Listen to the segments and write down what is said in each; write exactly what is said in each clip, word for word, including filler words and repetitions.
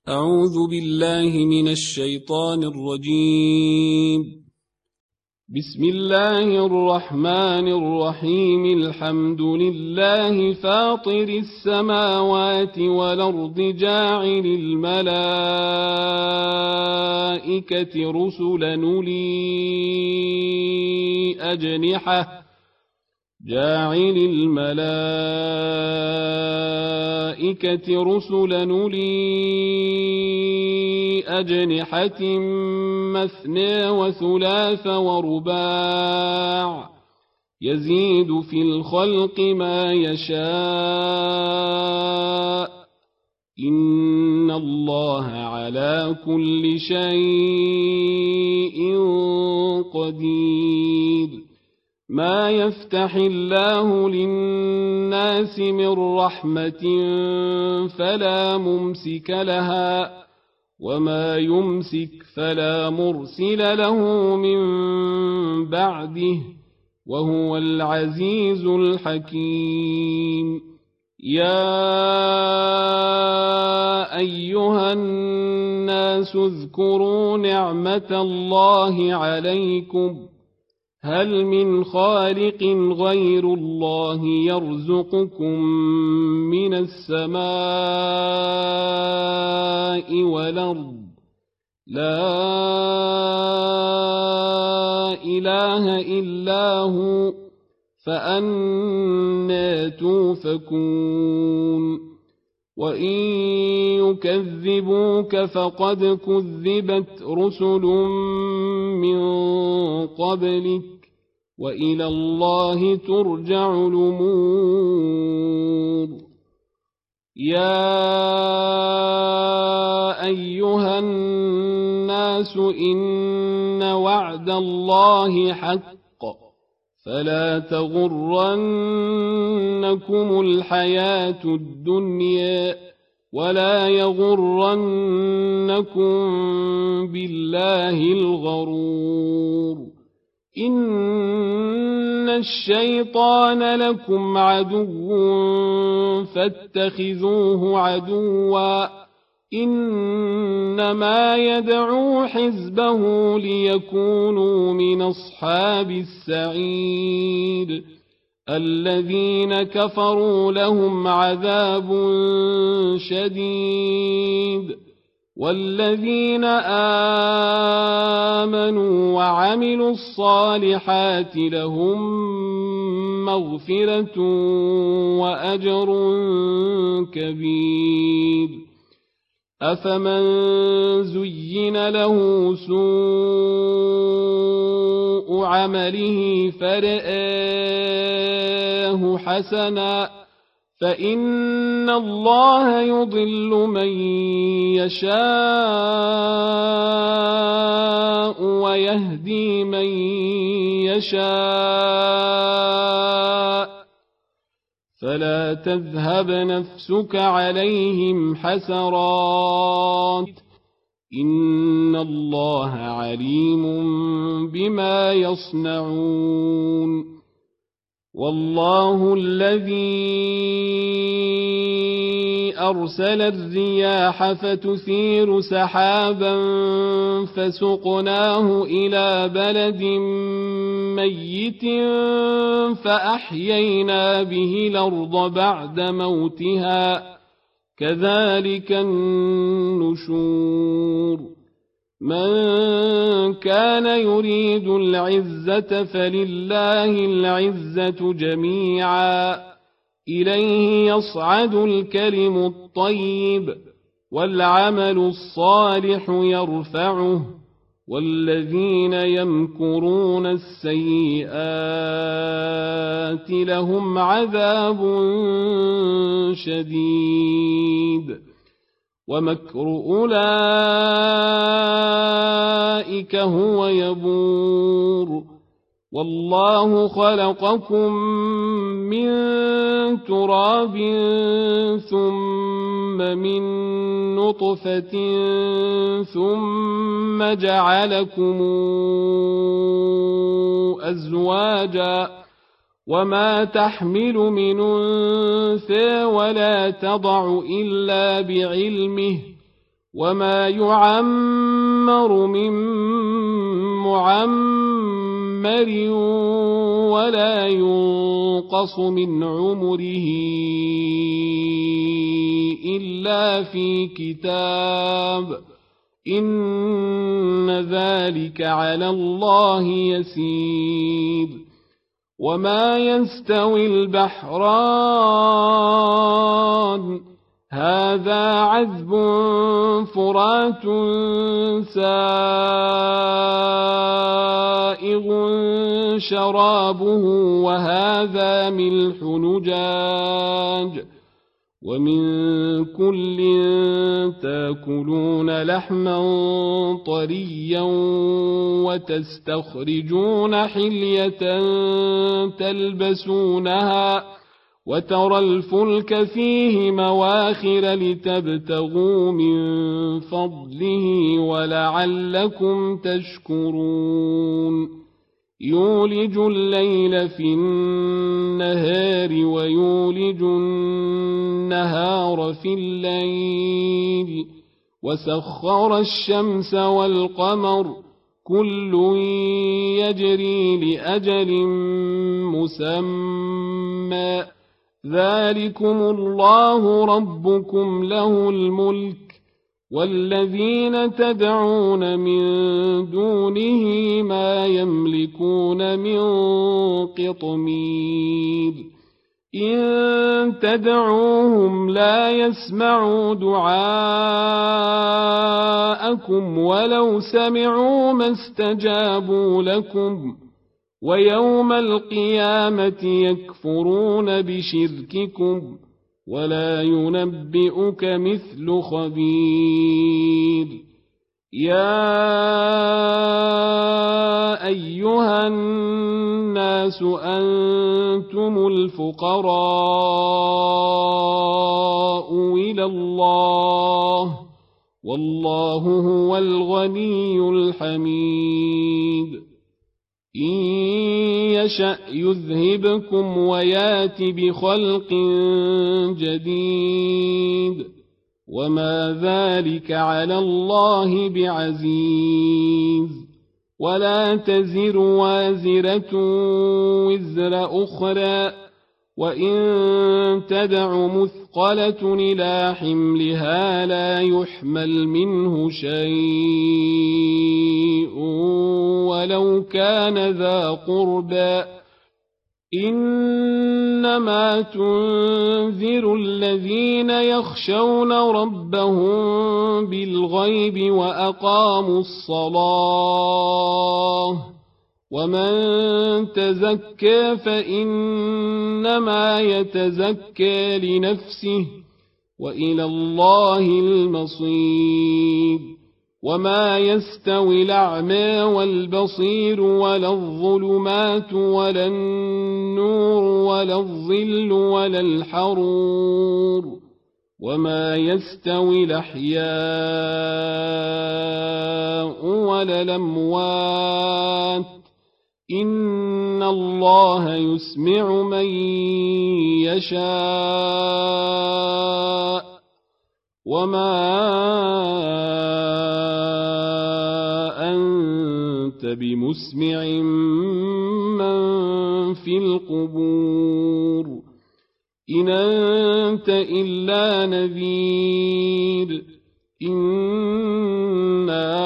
أعوذ بالله من الشيطان الرجيم. بسم الله الرحمن الرحيم. الحمد لله فاطر السماوات والأرض جاعل الملائكة رسلا أولي أجنحة جاعل الملائكة رسلا أولي أجنحة مثنى وثلاث ورباع يزيد في الخلق ما يشاء إن الله على كل شيء قدير. ما يفتح الله للناس من رحمة فلا ممسك لها وما يمسك فلا مرسل له من بعده وهو العزيز الحكيم. يا أيها الناس اذكروا نعمة الله عليكم هل من خالق غير الله يرزقكم من السماء والأرض لا إله إلا هو فأنى توفكون. وإن يكذبوك فقد كذبت رسل من قبلك وإلى الله ترجع الأمور. يا أيها الناس إن وعد الله حق فلا تغرنكم الحياة الدنيا ولا يغرنكم بالله الغرور. إن الشيطان لكم عدو فاتخذوه عدوا إنما يدعو حزبه ليكونوا من أصحاب السعير. الذين كفروا لهم عذاب شديد والذين آمنوا وعملوا الصالحات لهم مغفرة وأجر كبير. أفمن زين له سوء عمله فرآه حسنا فإن الله يضل من يشاء ويهدي من يشاء فلا تذهب نفسك عليهم حسرات إن الله عليم بما يصنعون. والله الذي أرسل الرياح فتثير سحابا فسقناه إلى بلد ميت فأحيينا به الأرض بعد موتها كذلك النشور. من كان يريد العزة فلله العزة جميعا إليه يصعد الكلم الطيب والعمل الصالح يرفعه والذين يمكرون السيئات لهم عذاب شديد ومكر أولئك هو يبور. والله خلقكم من تراب ثم من نطفة ثم جعلكم أزواجا وما تحمل من أنثى ولا تضع إلا بعلمه وما يعمر من معمر ولا ينقص من عمره إلا في كتاب إن ذلك على الله يسير وما يستوي البحران هذا عذب فرات سائغ شرابه وهذا ملح نجاج ومن كل تاكلون لحما طريا وتستخرجون حلية تلبسونها وترى الفلك فيه مواخر لتبتغوا من فضله ولعلكم تشكرون يولج الليل في النهار ويولج النهار في الليل وسخر الشمس والقمر كل يجري لأجل مسمى ذلكم الله ربكم له الملك والذين تدعون من دونه ما يملكون من قطمير إن تدعوهم لا يسمعوا دعاءكم ولو سمعوا ما استجابوا لكم ويوم القيامة يكفرون بشرككم ولا ينبئك مثل خبير يا أيها الناس أنتم الفقراء إلى الله والله هو الغني الحميد إن يشأ يذهبكم ويات بخلق جديد وما ذلك على الله بعزيز ولا تزر وازرة وزر أخرى وإن تدع مثقلة إلى حملها لا يحمل منه شيء ولو كان ذا قربى إنما تنذر الذين يخشون ربهم بالغيب وأقاموا الصلاة ومن تزكى فإنما يتزكى لنفسه وإلى الله المصير وما يستوي الأعمى والبصير ولا الظلمات ولا النور ولا الظل ولا الحرور وما يستوي الأحياء ولا الأموات إن الله يسمع من يشاء وما أنت بمسمع من في القبور إن أنت إلا نذير إنا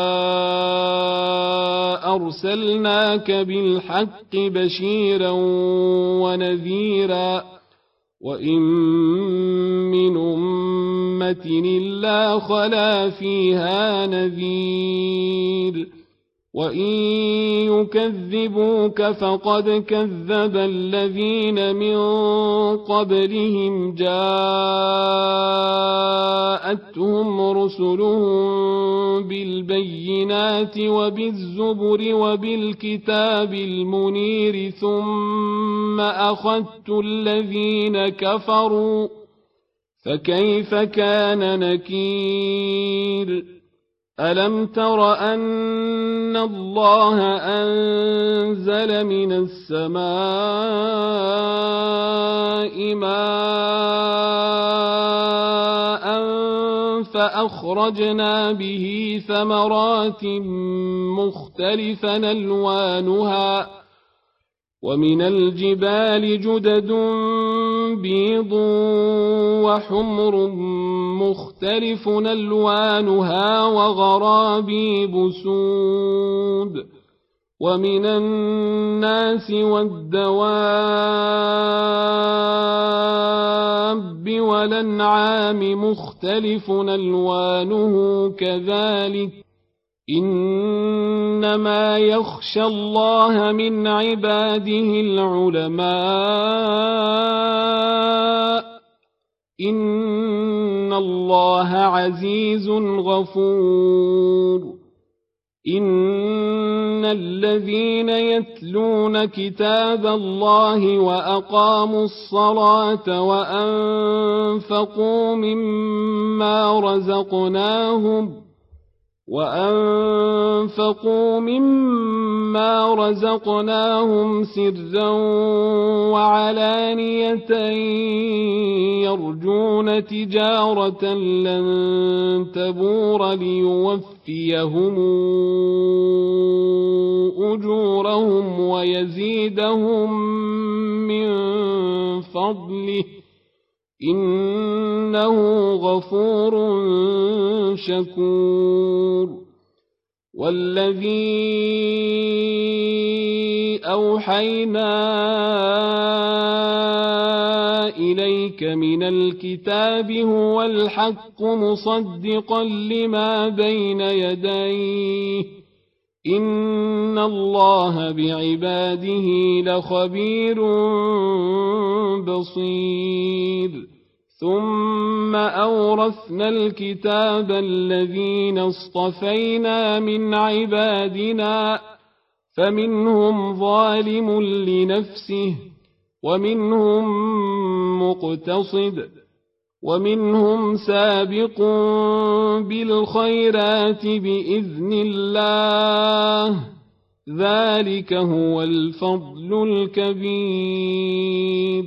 أرسلناك بالحق بشيرا ونذيرا وإن من أمة إلا خلا فيها نذير وإن يكذبوك فقد كذب الذين من قبلهم جاءتهم رسلهم بالبينات وبالزبر وبالكتاب المنير ثم أخذت الذين كفروا فكيف كان نكير ألم تر أن الله أنزل من السماء ماء فأخرجنا به ثمرات مختلفا ألوانها ومن الجبال جدد بيض وحمر مختلف ألوانها وغرابيب سود ومن الناس والدواب والأنعام مختلف ألوانه كذلك إنما يخشى الله من عباده العلماء إن الله عزيز غفور إن الذين يتلون كتاب الله وأقاموا الصلاة وأنفقوا مما رزقناهم وأنفقوا مما رزقناهم سرا وعلانية يرجون تجارة لن تبور ليوفيهم أجورهم ويزيدهم من فضله إنه غفور شكور والذي أوحينا إليك من الكتاب هو الحق مصدقا لما بين يديه إن الله بعباده لخبير بصير ثم أورثنا الكتاب الذين اصطفينا من عبادنا فمنهم ظالم لنفسه ومنهم مقتصد ومنهم سابق بالخيرات بإذن الله ذلك هو الفضل الكبير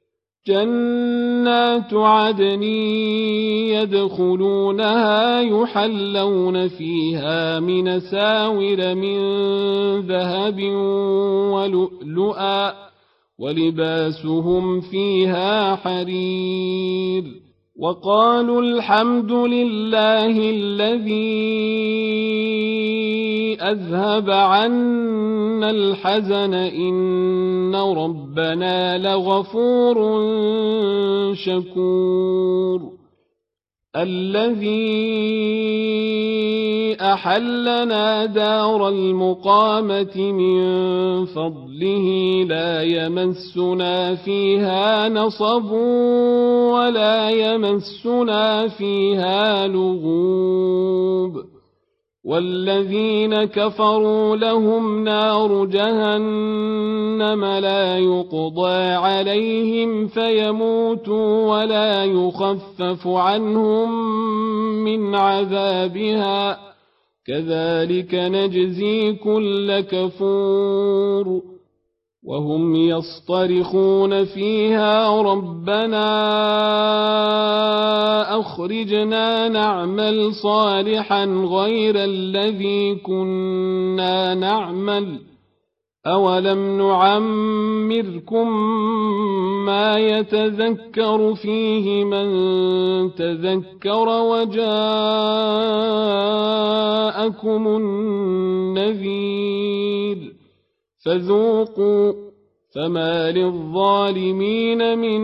جنات عدن يدخلونها يحلون فيها من ساور من ذهب ولؤلؤا ولباسهم فيها حرير وقالوا الحمد لله الذي أذهب عنا الحزن إن ربنا لغفور شكور الذي أحلنا دار المقامة من فضله لا يمسنا فيها نصب ولا يمسنا فيها لغوب والذين كفروا لهم نار جهنم لا يقضى عليهم فيموتوا ولا يخفف عنهم من عذابها كذلك نجزي كل كفور وهم يصطرخون فيها ربنا أخرجنا نعمل صالحا غير الذي كنا نعمل أولم نعمركم ما يتذكر فيه من تذكر وجاءكم النذير فذوقوا فما للظالمين من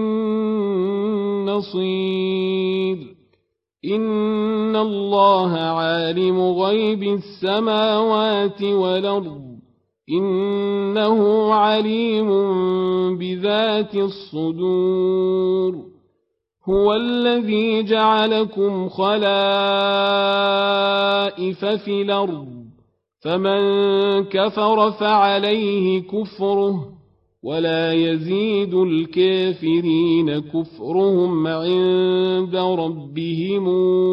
نصير إن الله عالم غيب السماوات والأرض إنه عليم بذات الصدور هو الذي جعلكم خلائف في الأرض فمن كفر فعليه كفره ولا يزيد الكافرين كفرهم عند ربهم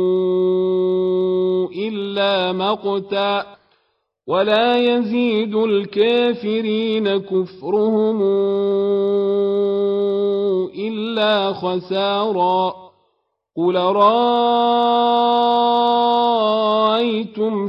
إلا مقتا ولا يزيد الكافرين كفرهم إلا خسارا قل رأيتم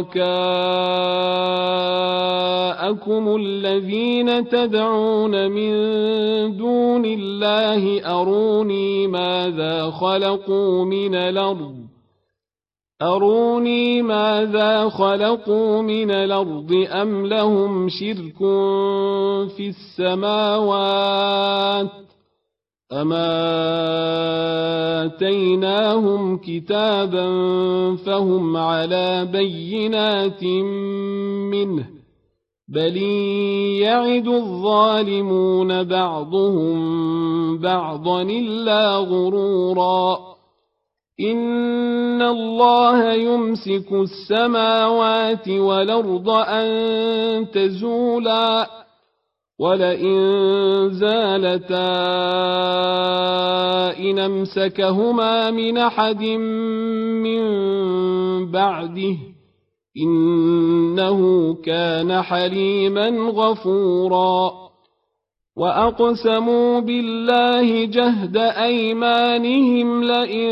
شركاءكم الذين تدعون من دون الله أروني ماذا خلقوا من الأرض أروني ماذا خلقوا من الأرض أم لهم شرك في السماوات أم آتيناهم كتابا فهم على بينات منه بل يعد الظالمون بعضهم بعضا إلا غرورا إن الله يمسك السماوات والأرض أن تزولا ولئن زالتا إن أمسكهما من أحد من بعده إنه كان حليما غفورا وأقسموا بالله جهد أيمانهم لئن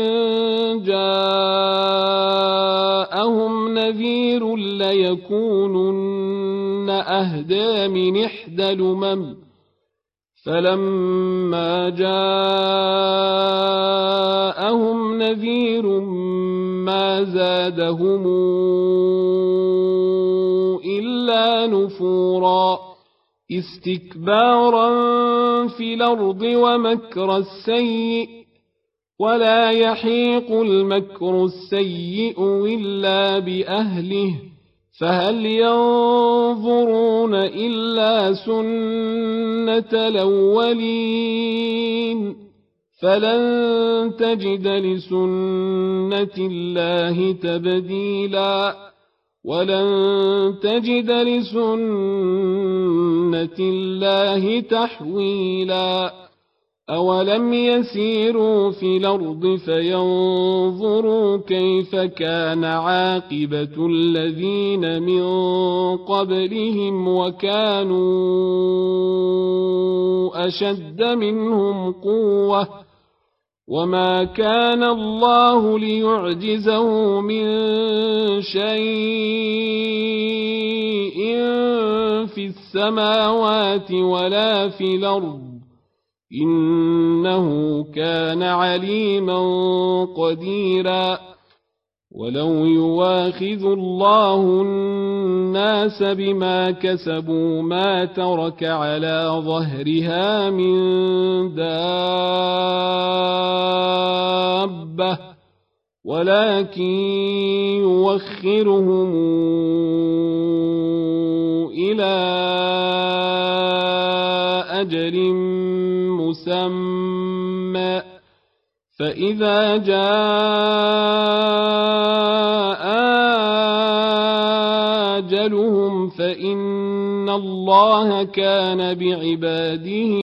جاءهم نذير ليكونن أهدى من إحدى الأمم فلما جاءهم نذير ما زادهم إلا نفورا استكبارا في الأرض ومكر السيء ولا يحيق المكر السيء إلا بأهله فهل ينظرون إلا سنة الأولين فلن تجد لسنة الله تبديلا ولن تجد لسنة الله تحويلا أولم يسيروا في الأرض فينظروا كيف كان عاقبة الذين من قبلهم وكانوا أشد منهم قوة وما كان الله ليعجزه من شيء في السماوات ولا في الأرض إنه كان عليما قديرا ولو يواخذ الله الناس بما كسبوا ما ترك على ظهرها من دابة ولكن يوخرهم إلى أجل مسمى فإذا جاء أجلهم فإن الله كان بعباده